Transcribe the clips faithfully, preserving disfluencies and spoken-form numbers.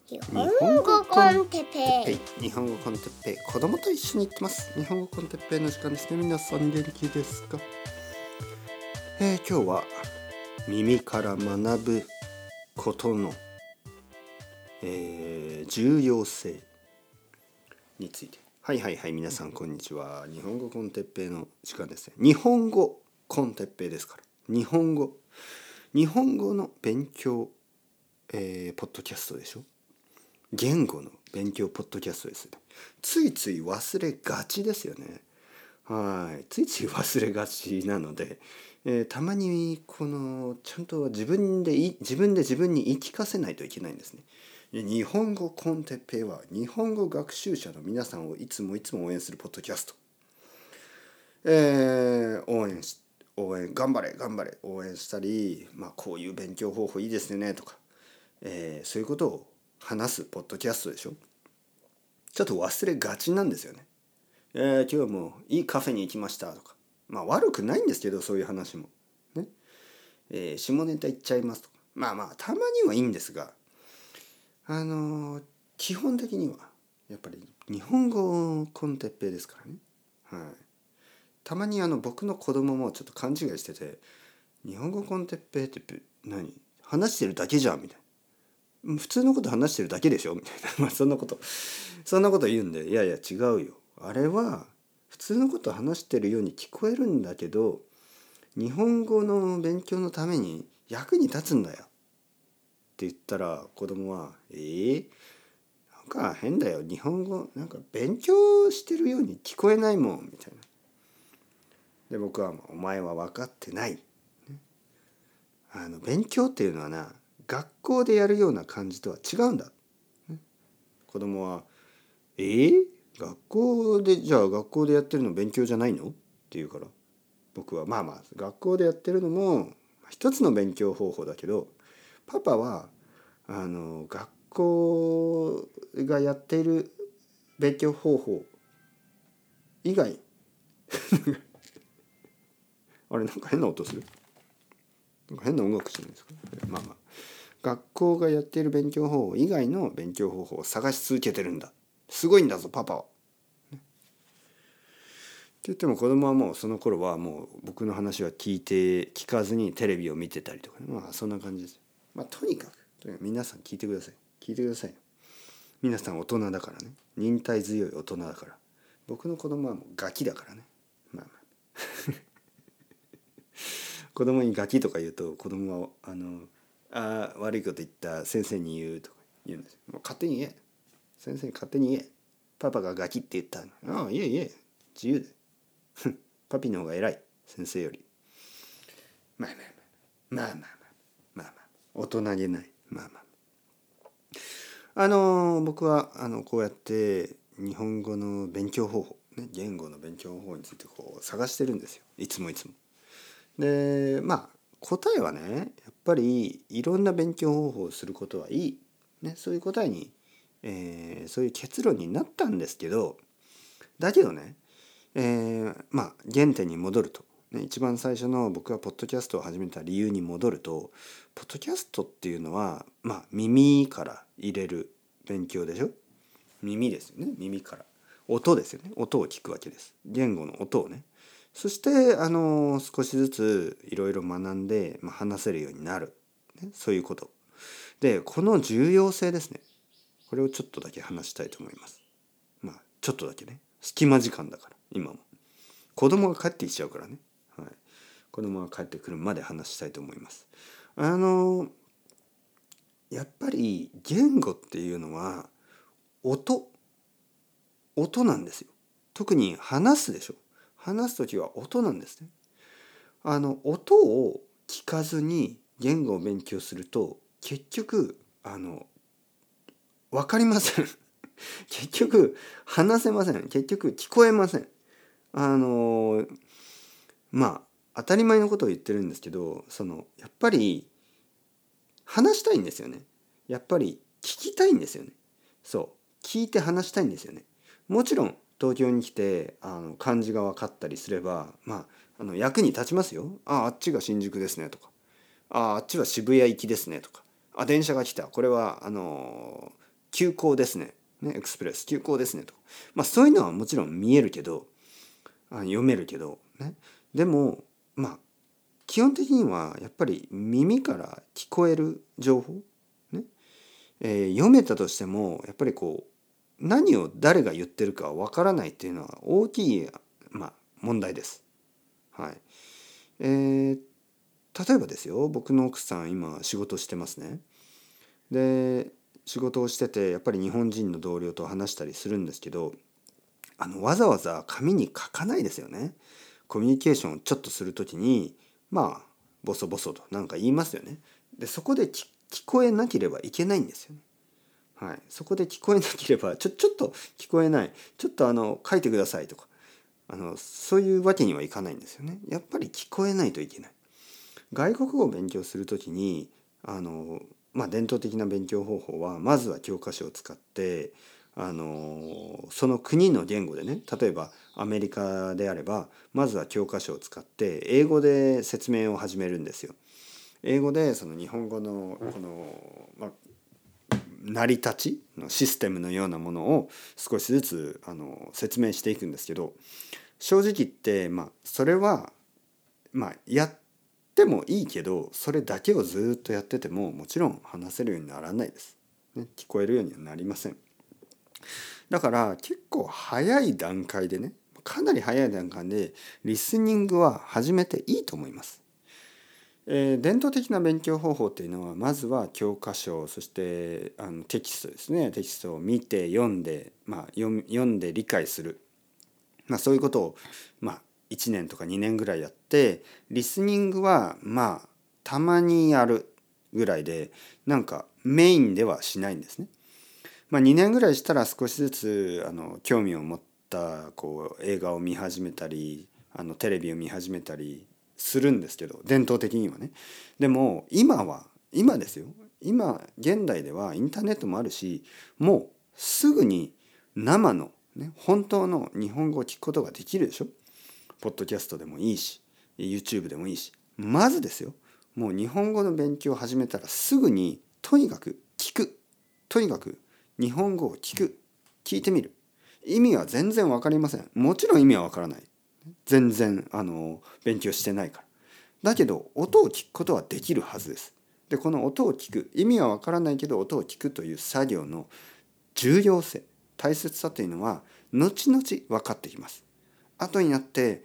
日本語コンテッペイ、 日本語コンテッペイ、子供と一緒に行ってます。日本語コンテッペイの時間ですね。皆さん元気ですか？えー、今日は耳から学ぶことの、えー、重要性について。はいはいはい、皆さんこんにちは。日本語コンテッペイの時間ですね。日本語コンテッペイですから。日本語日本語の勉強、えー、ポッドキャストでしょ。言語の勉強ポッドキャストですね。ついつい忘れがちですよね。はい、ついつい忘れがちなので、えー、たまにこのちゃんと自分でい自分で自分に言い聞かせないといけないんですね。日本語コンテッペイは日本語学習者の皆さんをいつもいつも応援するポッドキャスト。えー、応援し応援頑張れ頑張れ応援したり、まあこういう勉強方法いいですねとか、えー、そういうことを話すポッドキャストでしょ。ちょっと忘れがちなんですよね。えー、今日もいいカフェに行きましたとか、まあ悪くないんですけど、そういう話もね、えー、下ネタ言っちゃいますとか、まあまあたまにはいいんですが、あのー、基本的にはやっぱり日本語コンテッペイですからね。はい。たまにあの僕の子供もちょっと勘違いしてて、日本語コンテッペイって何話してるだけじゃんみたいな、普通のこと話してるだけでしょみたいなまあそんなことそんなこと言うんで、いやいや違うよ、あれは普通のこと話してるように聞こえるんだけど、日本語の勉強のために役に立つんだよって言ったら、子供はえー、なんか変だよ、日本語なんか勉強してるように聞こえないもんみたいな。で僕はお前は分かってない、あの勉強っていうのはな、学校でやるような感じとは違うんだ。子供はえー、学校でじゃあ学校でやってるの勉強じゃないのって言うから、僕はまあまあ学校でやってるのも一つの勉強方法だけど、パパはあの学校がやっている勉強方法以外あれなんか変な音する、なんか変な音楽してるんですか。まあまあ学校がやっている勉強方法以外の勉強方法を探し続けてるんだ、すごいんだぞパパは。って言っても子供はもうその頃はもう僕の話は聞いて聞かずにテレビを見てたりとか、ね、まあそんな感じです。まあとにかくとにかく皆さん聞いてください聞いてください。皆さん大人だからね、忍耐強い大人だから。僕の子供はもうガキだからね。まあまあ子供にガキとか言うと、子供はあのあ悪いこと言った先生に言うとか言うんですよ。もう勝手に言え、先生に勝手に言え、パパがガキって言ったの。ああいえいえ自由でパピの方が偉い先生より。まあまあまあまあまあまあまあ大人げない。まあまああのー、僕はあのこうやって日本語の勉強方法、ね、言語の勉強方法についてこう探してるんですよ、いつもいつも。でまあ答えはね、やっぱりいろんな勉強方法をすることはいい、ね、そういう答えに、えー、そういう結論になったんですけど、だけどね、えー、まあ原点に戻ると、ね、一番最初の僕がポッドキャストを始めた理由に戻ると、ポッドキャストっていうのはまあ耳から入れる勉強でしょ。耳ですよね、耳から音ですよね、音を聞くわけです、言語の音をね。そしてあの少しずついろいろ学んで、まあ、話せるようになる、ね、そういうことで、この重要性ですね、これをちょっとだけ話したいと思います。まあちょっとだけね、隙間時間だから今も子供が帰ってきちゃうからね、はい、子供が帰ってくるまで話したいと思います。あのやっぱり言語っていうのは音音なんですよ。特に話すでしょ。話す時は音なんですね。あの音を聞かずに言語を勉強すると結局あの分かりません結局話せません、結局聞こえません。あのまあ当たり前のことを言ってるんですけど、そのやっぱり話したいんですよね。やっぱり聞きたいんですよね。そう聞いて話したいんですよね。もちろん東京に来てあの漢字が分かったりすれば、まああの役に立ちますよ。ああっちが新宿ですねとか、あああっちは渋谷行きですねとか、あ電車が来た、これはあの急行ですね、ねエクスプレス急行ですねと、まあそういうのはもちろん見えるけど、あ読めるけどね、でもまあ基本的にはやっぱり耳から聞こえる情報ね、えー読めたとしてもやっぱりこう何を誰が言ってるかわからないっていうのは大きい、まあ、問題です。はい。えー例えばですよ、僕の奥さん今仕事してますね。で仕事をしててやっぱり日本人の同僚と話したりするんですけど、あのわざわざ紙に書かないですよね。コミュニケーションをちょっとするときにまあボソボソとなんか言いますよね。でそこで聞聞こえなければいけないんですよね。はい、そこで聞こえなければちょちょっと聞こえない、ちょっとあの書いてくださいとか、あのそういうわけにはいかないんですよね。やっぱり聞こえないといけない。外国語を勉強するときにあの、まあ、伝統的な勉強方法はまずは教科書を使ってあのその国の言語でね、例えばアメリカであればまずは教科書を使って英語で説明を始めるんですよ。英語でその日本語のこの、まあ、成り立ちのシステムのようなものを少しずつあの説明していくんですけど、正直言ってまあそれはまあやってもいいけど、それだけをずっとやっててももちろん話せるようにならないです、ね、聞こえるようにはなりません。だから結構早い段階でね、かなり早い段階でリスニングは始めていいと思います。えー伝統的な勉強方法っていうのはまずは教科書、そしてあのテキストですね、テキストを見て読んで、まあ、読み読んで理解する、まあ、そういうことを、まあ、いちねんとかにねんぐらいやって、リスニングはまあたまにやるぐらいでなんかメインではしないんですね。まあ、にねんぐらいしたら少しずつあの興味を持ったこう映画を見始めたりあのテレビを見始めたりするんですけど、伝統的にはね。でも今は今ですよ、今現代ではインターネットもあるし、もうすぐに生の、ね、本当の日本語を聞くことができるでしょ。ポッドキャストでもいいし YouTube でもいいし、まずですよ、もう日本語の勉強を始めたらすぐにとにかく聞く、とにかく日本語を聞く、聞いてみる。意味は全然わかりません。もちろん意味はわからない。全然あの勉強してないから。だけど音を聞くことはできるはずです。でこの音を聞く、意味はわからないけど音を聞くという作業の重要性、大切さというのは後々分かってきます。後になって、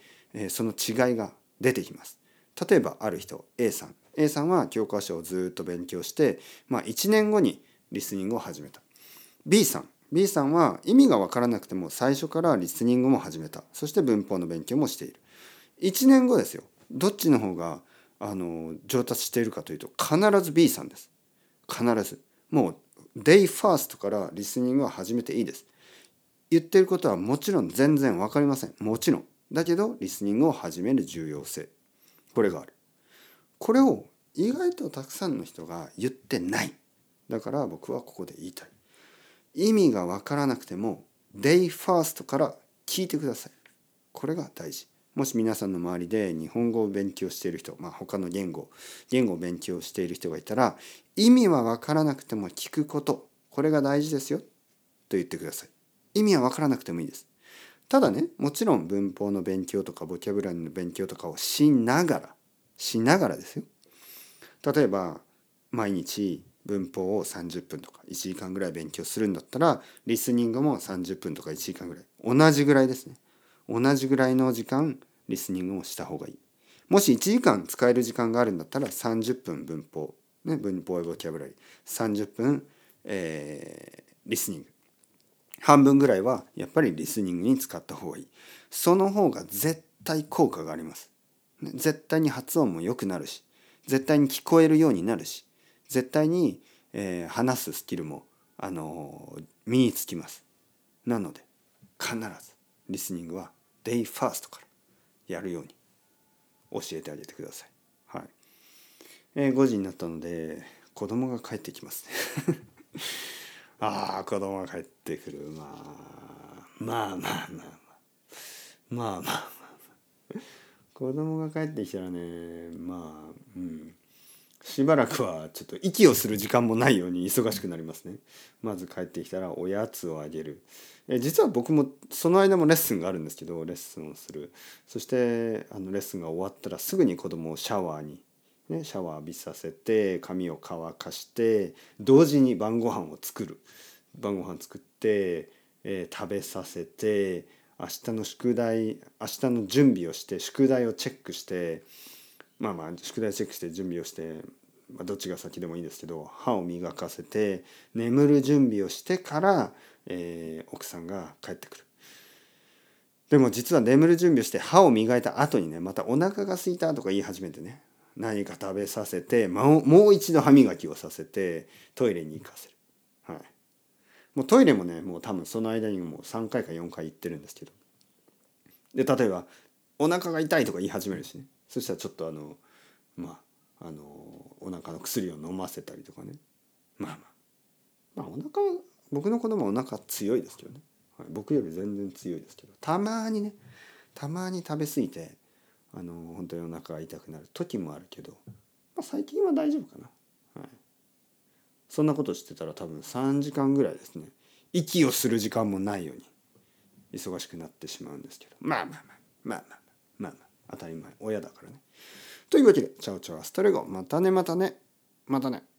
えーその違いが出てきます。例えばある人 A さん A さんは教科書をずっと勉強して、まあ、いちねんごにリスニングを始めた。 B さん B さんは意味が分からなくても最初からリスニングも始めた。そして文法の勉強もしている。いちねんごですよ。どっちの方があの上達しているかというと必ず B さんです。必ず。もう Day First からリスニングは始めていいです。言ってることはもちろん全然分かりません。もちろん。だけどリスニングを始める重要性、これがある。これを意外とたくさんの人が言ってない。だから僕はここで言いたい。意味が分からなくても Day First から聞いてください。これが大事。もし皆さんの周りで日本語を勉強している人、まあ、他の言語言語を勉強している人がいたら、意味は分からなくても聞くこと、これが大事ですよと言ってください。意味は分からなくてもいいです。ただね、もちろん文法の勉強とかボキャブラリーの勉強とかをしながらしながらですよ。例えば毎日文法をさんじゅっぷんとかいちじかんぐらい勉強するんだったら、リスニングもさんじゅっぷんとかいちじかんぐらい、同じぐらいですね。同じぐらいの時間リスニングをした方がいい。もしいちじかん使える時間があるんだったらさんじゅっぷん文法、ね、文法やボキャブラリーさんじゅっぷん、えーリスニング、半分ぐらいはやっぱりリスニングに使った方がいい。その方が絶対効果があります。絶対に発音も良くなるし、絶対に聞こえるようになるし、絶対に、えー話すスキルも、あのー身につきます。なので必ずリスニングは Day First からやるように教えてあげてください。はい。えー、ごじになったので子供が帰ってきますね。ああ、子供が帰ってくる。まあまあまあまあまあまあまあ子供が帰ってきたらね、まあうんしばらくはちょっと息をする時間もないように忙しくなりますね。まず帰ってきたらおやつをあげる。え実は僕もその間もレッスンがあるんですけど、レッスンをする。そしてあのレッスンが終わったらすぐに子供をシャワーに、ね、シャワー浴びさせて髪を乾かして同時に晩ご飯を作る。晩ご飯作って、えー食べさせて明日の宿題明日の準備をして宿題をチェックして、まあまあ宿題チェックして準備をして、まあ、どっちが先でもいいですけど歯を磨かせて眠る準備をしてから、えー奥さんが帰ってくる。でも実は眠る準備をして歯を磨いた後にね、またお腹が空いたとか言い始めてね、何か食べさせてもうもう一度歯磨きをさせてトイレに行かせる。はい、もうトイレもね、もう多分その間にもうさんかいかよんかい行ってるんですけど、で例えばお腹が痛いとか言い始めるしね、そしたらちょっとあのまああのお腹の薬を飲ませたりとかね、まあまあまあお腹は僕の子供はお腹強いですけどね、はい、僕より全然強いですけど、たまにねたまに食べ過ぎてあの本当にお腹が痛くなる時もあるけど、まあ、最近は大丈夫かな、はい、そんなことしてたら多分さんじかんぐらいですね、息をする時間もないように忙しくなってしまうんですけど、まあまあまあまあまあまあまあ当たり前、親だからね。というわけでチャオチャオアストレゴ、またねまたねまたね。